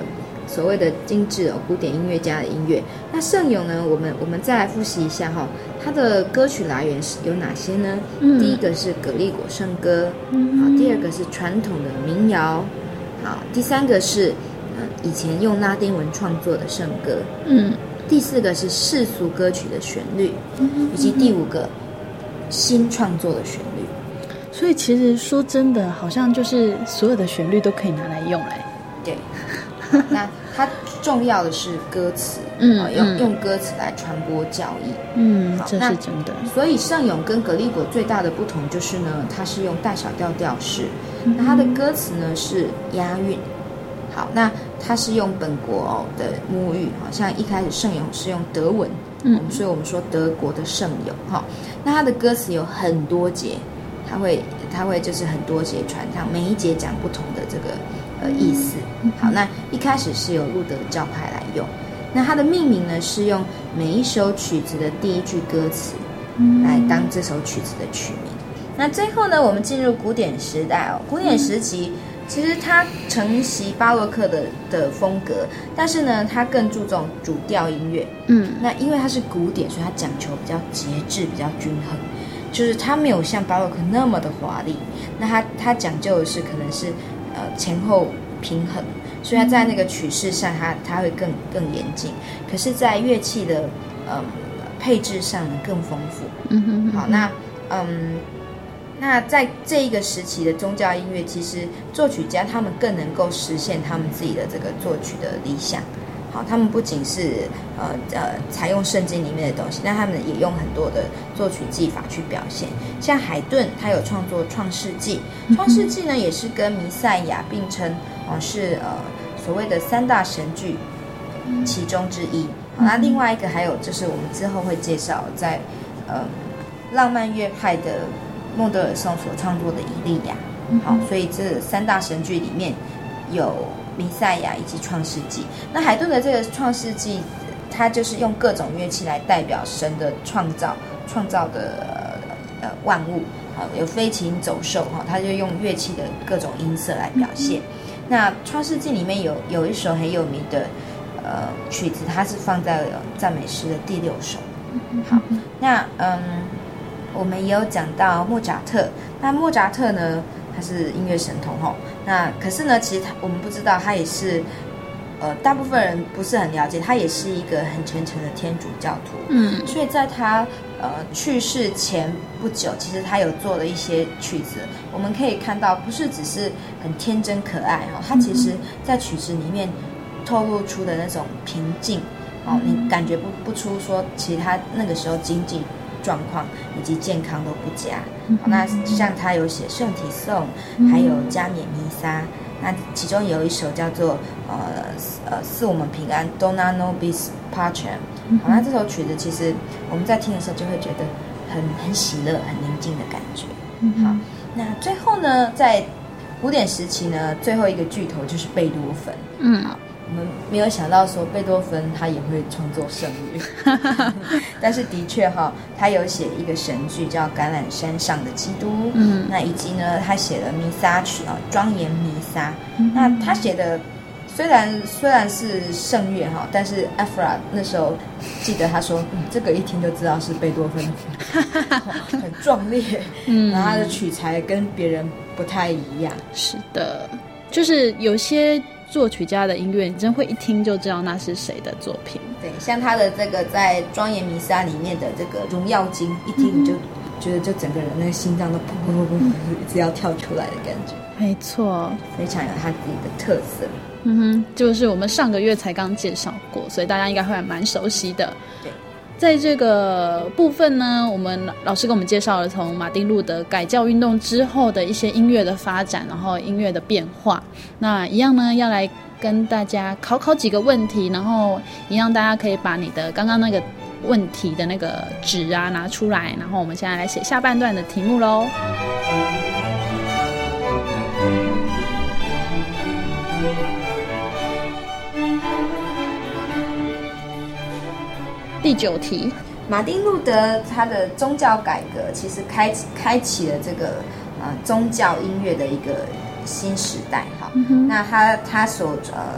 所谓的精致哦古典音乐家的音乐。那圣咏呢，我们我们再来复习一下哈、哦，它的歌曲来源是有哪些呢？嗯、第一个是葛利果圣歌，嗯、好，第二个是传统的民谣，好，第三个是、呃、以前用拉丁文创作的圣歌，嗯，第四个是世俗歌曲的旋律，嗯、以及第五个新创作的旋律。 所以其实说真的，好像就是所有的旋律都可以拿来用来。 对，那它重要的是歌词， 嗯， 呃、用用歌词来传播教义， 嗯，这是真的。 所以圣咏跟葛利果最大的不同就是呢，它是用大小调调式，嗯、那它的歌词呢是押韵。好，那它是用本国的母语，好像一开始圣咏是用德文，嗯，所以我们说德国的圣咏哈。那它的歌词有很多节。它会，它会就是很多节传唱，每一节讲不同的这个呃意思。好，那一开始是由路德教派来用，那它的命名呢是用每一首曲子的第一句歌词来当这首曲子的曲名。那最后呢，我们进入古典时代哦，古典时期其实它承袭巴洛克的的风格，但是呢，它更注重主调音乐。嗯，那因为它是古典，所以它讲求比较节制，比较均衡。就是它没有像巴洛克那么的华丽，那它它讲究的是可能是呃前后平衡，所以它在那个曲式上它它会更更严谨，可是在乐器的呃配置上呢更丰富。嗯哼哼。好，那嗯那在这一个时期的宗教音乐，其实作曲家他们更能够实现他们自己的这个作曲的理想。好，他们不仅是呃呃采用圣经里面的东西，那他们也用很多的作曲技法去表现。像海顿，他有创作《创世纪》，《创世纪》呢也是跟弥赛亚并称哦、呃、是呃所谓的三大神剧其中之一。好，那另外一个还有就是我们之后会介绍在呃浪漫乐派的孟德尔颂所创作的《以利亚》。好，所以这三大神剧里面有弥赛亚以及创世纪。那海顿的这个创世纪，它就是用各种乐器来代表神的创造，创造的呃万物，好，有飞禽走兽哈，它就用乐器的各种音色来表现。那创世纪里面有有一首很有名的呃曲子，它是放在赞美诗的第六首。好，那嗯，我们也有讲到莫扎特，那莫扎特呢，他是音乐神童哈。那可是呢，其实他我们不知道，他也是，呃，大部分人不是很了解，他也是一个很虔诚的天主教徒。嗯，所以在他呃去世前不久，其实他有做了一些曲子，我们可以看到，不是只是很天真可爱哈，他其实在曲子里面透露出的那种平静，哦，你感觉不不出说，其实他那个时候经济状况以及健康都不佳。好，那像他有写圣体颂，还有加冕弥撒，那其中有一首叫做呃呃赐我们平安 Dona Nobis Pacem。好，那这首曲子其实我们在听的时候就会觉得很很喜乐、很宁静的感觉。好，那最后呢，在古典时期呢，最后一个巨头就是贝多芬。嗯，好。我们没有想到说贝多芬他也会创作圣乐，但是的确哈，他有写一个神剧叫《橄榄山上的基督》，嗯，那以及呢，他写了弥撒曲啊，庄严弥撒。嗯、那他写的虽然虽然是圣乐哈，但是 Afra 那时候记得他说，嗯，这个一听就知道是贝多芬的，很壮烈，嗯，然后他的取材跟别人不太一样。 是的，就是有些作曲家的音乐，你真会一听就知道那是谁的作品。 对，像他的这个在《庄严弥撒》里面的这个荣耀经，一听你就觉得就整个人那个心脏都砰砰砰砰一直要跳出来的感觉。 没错， 非常有他自己的特色。 嗯哼，就是我们上个月才刚介绍过，所以大家应该会蛮熟悉的。 对。 在这个部分呢，我们老师给我们介绍了从马丁路德改教运动之后的一些音乐的发展，然后音乐的变化。那一样呢，要来跟大家考考几个问题，然后一样大家可以把你的刚刚那个问题的那个纸啊拿出来，然后我们现在来写下半段的题目咯。第九题， 马丁路德他的宗教改革其实开开启了这个呃宗教音乐的一个新时代哈。嗯、那他他所呃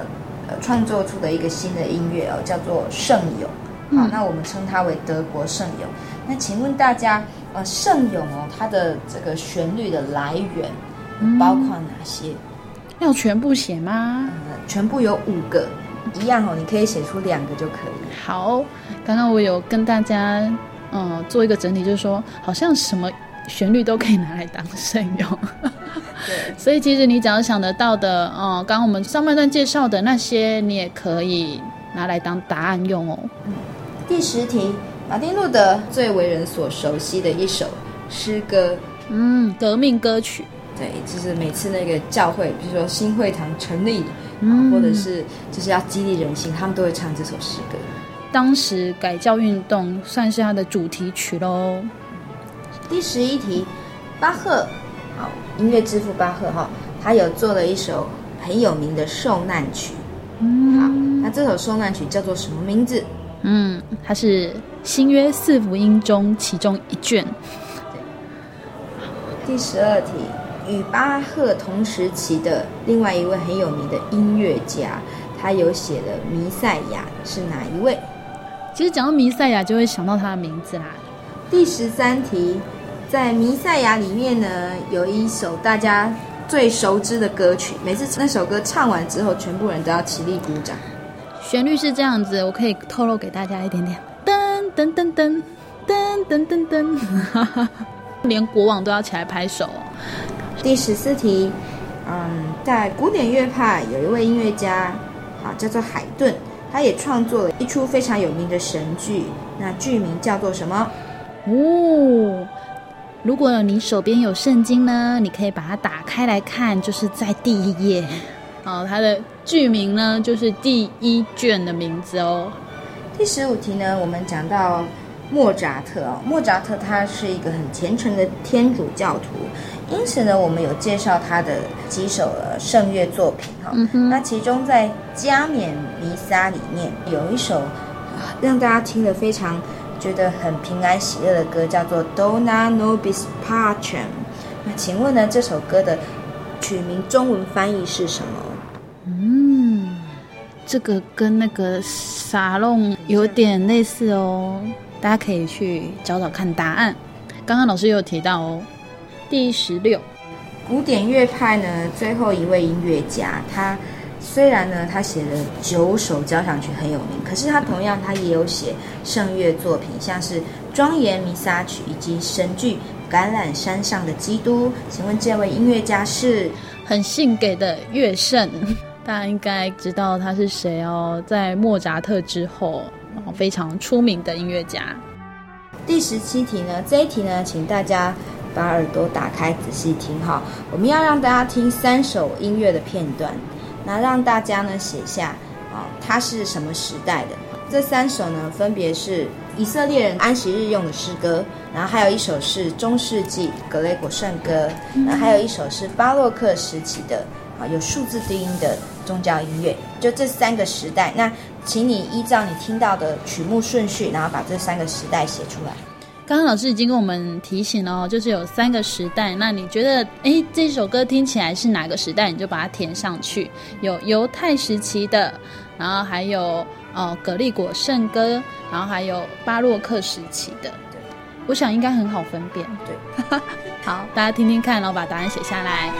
呃创作出的一个新的音乐哦，叫做圣咏。好，那我们称它为德国圣咏。那请问大家，呃，圣咏哦，它的这个旋律的来源包括哪些？嗯、 要全部写吗？ 呃，全部有五个，一样哦，你可以写出两个就可以。 好，刚刚我有跟大家嗯、呃、做一个整理，就是说好像什么旋律都可以拿来当圣咏。 对， 所以其实你只要想得到的，嗯，刚刚我们上半段介绍的那些，你也可以拿来当答案用哦。 嗯，第十题，马丁路德最为人所熟悉的一首诗歌， 嗯，革命歌曲。 对，就是每次那个教会，比如说新会堂成立，嗯，或者是就是要激励人心，他们都会唱这首诗歌。 当时改教运动算是它的主题曲咯。 第十一题，巴赫，好，音乐之父巴赫哈，他有做了一首很有名的受难曲。嗯，好，那这首受难曲叫做什么名字？ 嗯，它是新约四福音中其中一卷。 对。第十二题，与巴赫同时期的另外一位很有名的音乐家，他有写的《弥赛亚》是哪一位？ 其实讲到弥赛亚，就会想到他的名字啦。 第十三题，在《弥赛亚》里面呢，有一首大家最熟知的歌曲，每次那首歌唱完之后，全部人都要起立鼓掌。 旋律是这样子，我可以透露给大家一点点。噔噔噔噔噔噔噔噔，连国王都要起来拍手哦。 第十四题，嗯，在古典乐派有一位音乐家，好，叫做海顿，他也创作了一出非常有名的神剧，那剧名叫做什么？ 哦，如果你手边有圣经呢，你可以把它打开来看，就是在第一页。哦，它的剧名呢，就是第一卷的名字哦。 第十五题呢，我们讲到莫扎特哦，莫扎特他是一个很虔诚的天主教徒，因此呢，我们有介绍他的几首圣乐作品哈、哦嗯。那其中在加冕弥撒里面有一首让大家听了非常觉得很平安喜乐的歌，叫做 Dona Nobis Pacem。那请问呢，这首歌的曲名中文翻译是什么？ 嗯，这个跟那个沙龙有点类似哦，大家可以去找找看答案。刚刚老师有提到哦。第十六， 古典乐派呢，最后一位音乐家，他虽然呢，他写了九首交响曲很有名，可是他同样他也有写圣乐作品，像是庄严弥撒曲以及神剧橄榄山上的基督。请问这位音乐家是？ 很信给的乐圣，大家应该知道他是谁哦，在莫扎特之后非常出名的音乐家。 第十七题呢，这一题呢，请大家把耳朵打开仔细听哈，我们要让大家听三首音乐的片段，那让大家呢写下啊、哦，它是什么时代的。这三首呢，分别是以色列人安息日用的诗歌，然后还有一首是中世纪格雷果圣歌，然后还有一首是巴洛克时期的啊有数字低音的宗教音乐。就这三个时代，那请你依照你听到的曲目顺序，然后把这三个时代写出来。 刚刚老师已经跟我们提醒了哦，就是有三个时代，那你觉得诶这首歌听起来是哪个时代，你就把它填上去。有犹太时期的，然后还有呃葛利果圣歌，然后还有巴洛克时期的。对，我想应该很好分辨。 对， 好，大家听听看，然后把答案写下来。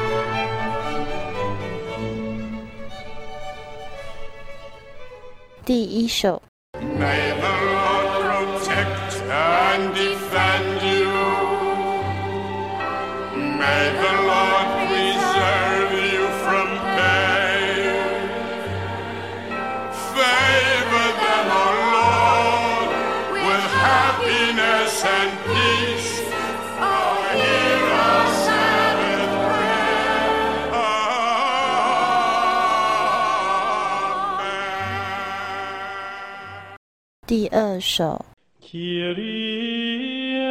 第一首。 And defend you. May the Lord preserve you from pain. Favor them, O Lord, with happiness and peace. Oh, hear our Sabbath prayer. Amen. 第二首。 Kyrie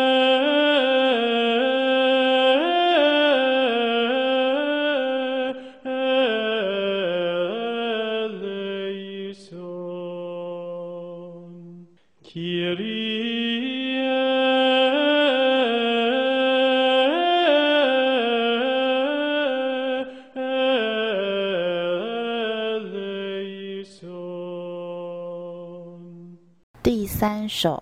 eleison, Kyrie eleison. 第三首。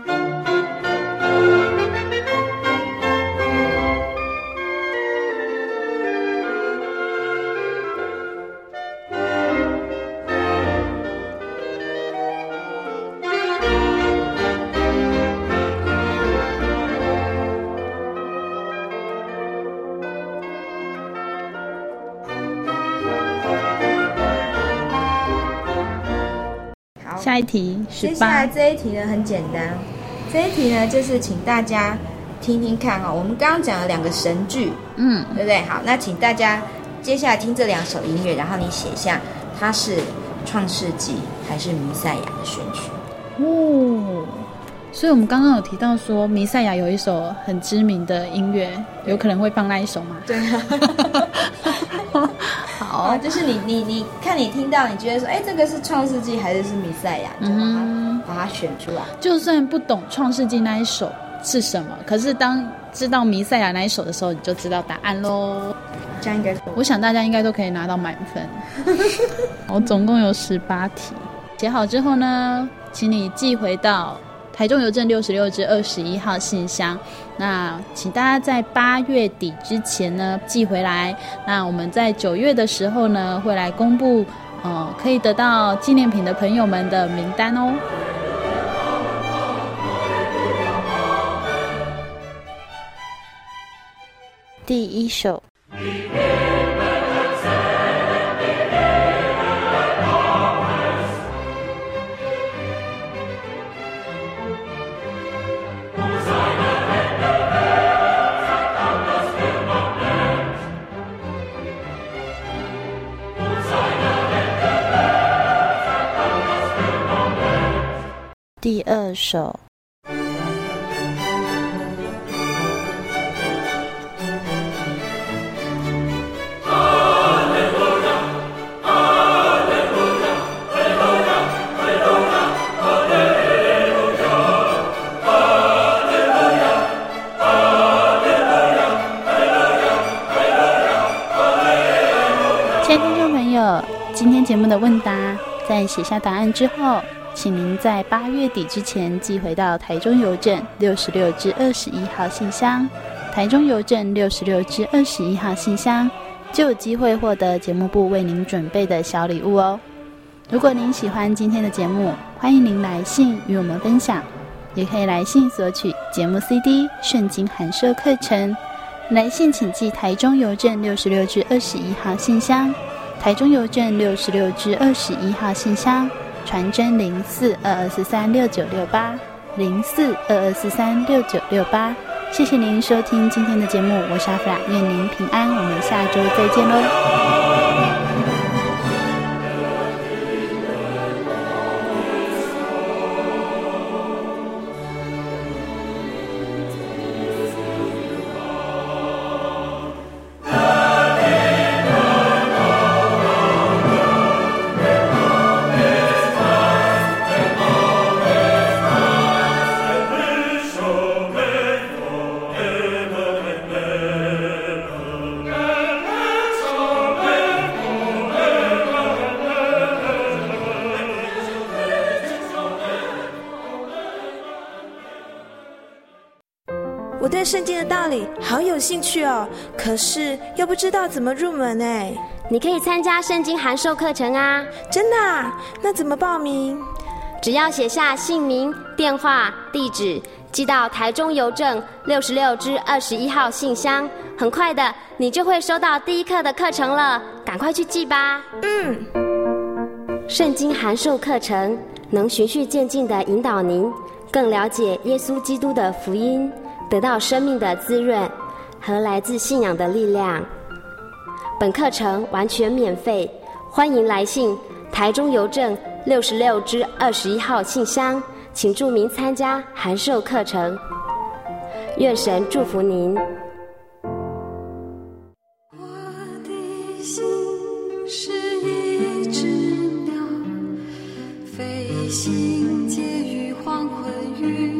下一题十八。 接下来这一题呢很简单，这一题呢就是请大家听听看哈、哦，我们刚刚讲了两个神剧， 嗯， 对不对？好，那请大家接下来听这两首音乐，然后你写下它是创世纪还是弥赛亚的选曲。 哦，所以我们刚刚有提到说弥赛亚有一首很知名的音乐，有可能会放那一首吗？ 对啊。 好、 啊，就是你你你看你听到，你觉得说，哎，这个是创世纪还是是弥赛亚，就把它、嗯、把它选出来。 就算不懂创世纪那一首是什么，可是当知道弥赛亚那一首的时候，你就知道答案咯。 这样应该， 我想大家应该都可以拿到满分。我总共有十八题，写好之后呢，请你寄回到台中邮政六十六至二十一号信箱。那请大家在八月底之前呢寄回来。那我们在九月的时候呢会来公布，呃，可以得到纪念品的朋友们的名单哦。第一首。第二首。亲爱的听众朋友，今天节目的问答，在写下答案之后，请您在八月底之前寄回到台中邮政六十六至二十一号信箱，台中邮政六十六至二十一号信箱，就有机会获得节目部为您准备的小礼物哦。如果您喜欢今天的节目，欢迎您来信与我们分享，也可以来信索取节目 C D、圣经函授课程。来信请寄台中邮政六十六至二十一号信箱，台中邮政六十六至二十一号信箱，传真零四二二四三六九六八零四二二四三六九六八。谢谢您收听今天的节目，我是阿弗拉，愿您平安，我们下周再见喽。 我对圣经的道理好有兴趣哦，可是又不知道怎么入门哎。 你可以参加圣经函授课程啊。 真的啊？那怎么报名？ 只要写下姓名、电话、地址，寄到台中邮政六十六至二十一号信箱，很快的你就会收到第一课的课程了，赶快去寄吧。 嗯。 圣经函授课程能循序渐进地引导您更了解耶稣基督的福音，得到生命的滋润和来自信仰的力量。本课程完全免费，欢迎来信台中邮政六十六至二十一号信箱，请注明参加函授课程。愿神祝福您。 我的心是一只鸟，飞行介于黄昏与